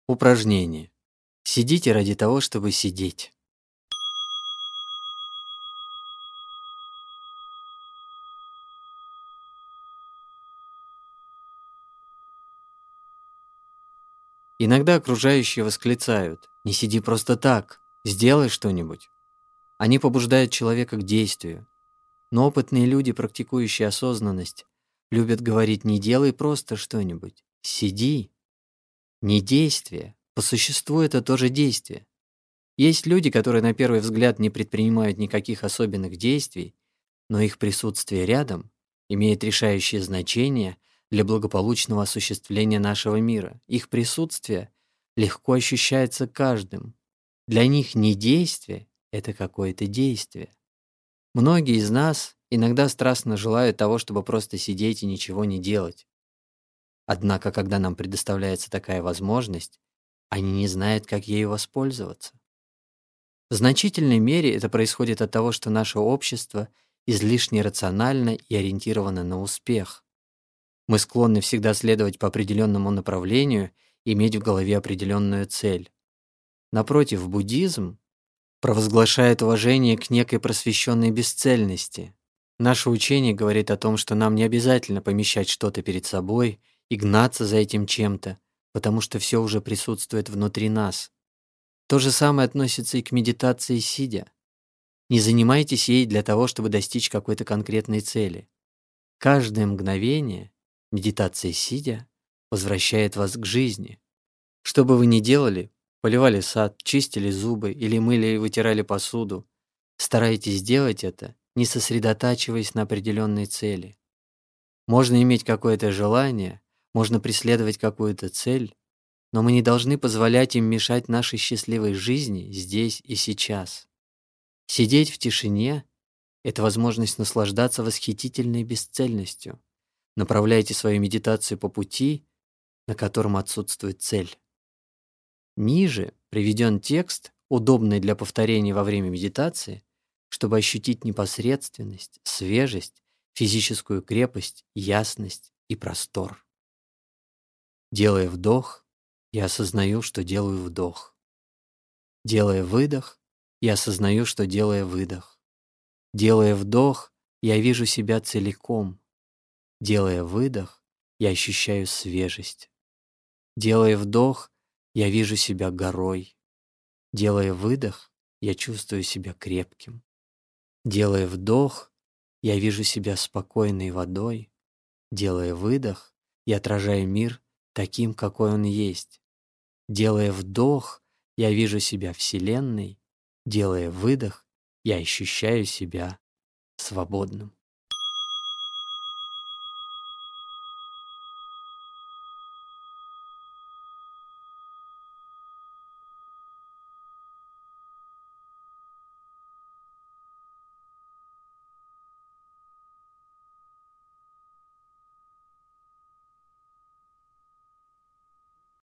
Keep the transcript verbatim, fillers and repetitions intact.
Упражнение. Сидите ради того, чтобы сидеть. Иногда окружающие восклицают: «Не сиди просто так, сделай что-нибудь». Они побуждают человека к действию. Но опытные люди, практикующие осознанность, любят говорить: «Не делай просто что-нибудь, сиди». Не действие. По существу это тоже действие. Есть люди, которые на первый взгляд не предпринимают никаких особенных действий, но их присутствие рядом имеет решающее значение для благополучного осуществления нашего мира. Их присутствие легко ощущается каждым. Для них не действие — это какое-то действие. Многие из нас иногда страстно желают того, чтобы просто сидеть и ничего не делать. Однако, когда нам предоставляется такая возможность, они не знают, как ею воспользоваться. В значительной мере это происходит от того, что наше общество излишне рационально и ориентировано на успех. Мы склонны всегда следовать по определенному направлению и иметь в голове определенную цель. Напротив, буддизм провозглашает уважение к некой просвещенной бесцельности. Наше учение говорит о том, что нам не обязательно помещать что-то перед собой и гнаться за этим чем-то, потому что все уже присутствует внутри нас. То же самое относится и к медитации сидя. Не занимайтесь ей для того, чтобы достичь какой-то конкретной цели. Каждое мгновение медитации сидя возвращает вас к жизни. Что бы вы ни делали, поливали сад, чистили зубы или мыли и вытирали посуду, старайтесь делать это, не сосредотачиваясь на определенной цели. Можно иметь какое-то желание, можно преследовать какую-то цель, но мы не должны позволять им мешать нашей счастливой жизни здесь и сейчас. Сидеть в тишине — это возможность наслаждаться восхитительной бесцельностью. Направляйте свою медитацию по пути, на котором отсутствует цель. Ниже приведен текст, удобный для повторения во время медитации, чтобы ощутить непосредственность, свежесть, физическую крепость, ясность и простор. Делая вдох, я осознаю, что делаю вдох. Делая выдох, я осознаю, что делая выдох. Делая вдох, я вижу себя целиком. Делая выдох, я ощущаю свежесть. Делая вдох, я вижу себя горой. Делая выдох, я чувствую себя крепким. Делая вдох, я вижу себя спокойной водой. Делая выдох, я отражаю мир таким, какой он есть. Делая вдох, я вижу себя Вселенной. Делая выдох, я ощущаю себя свободным.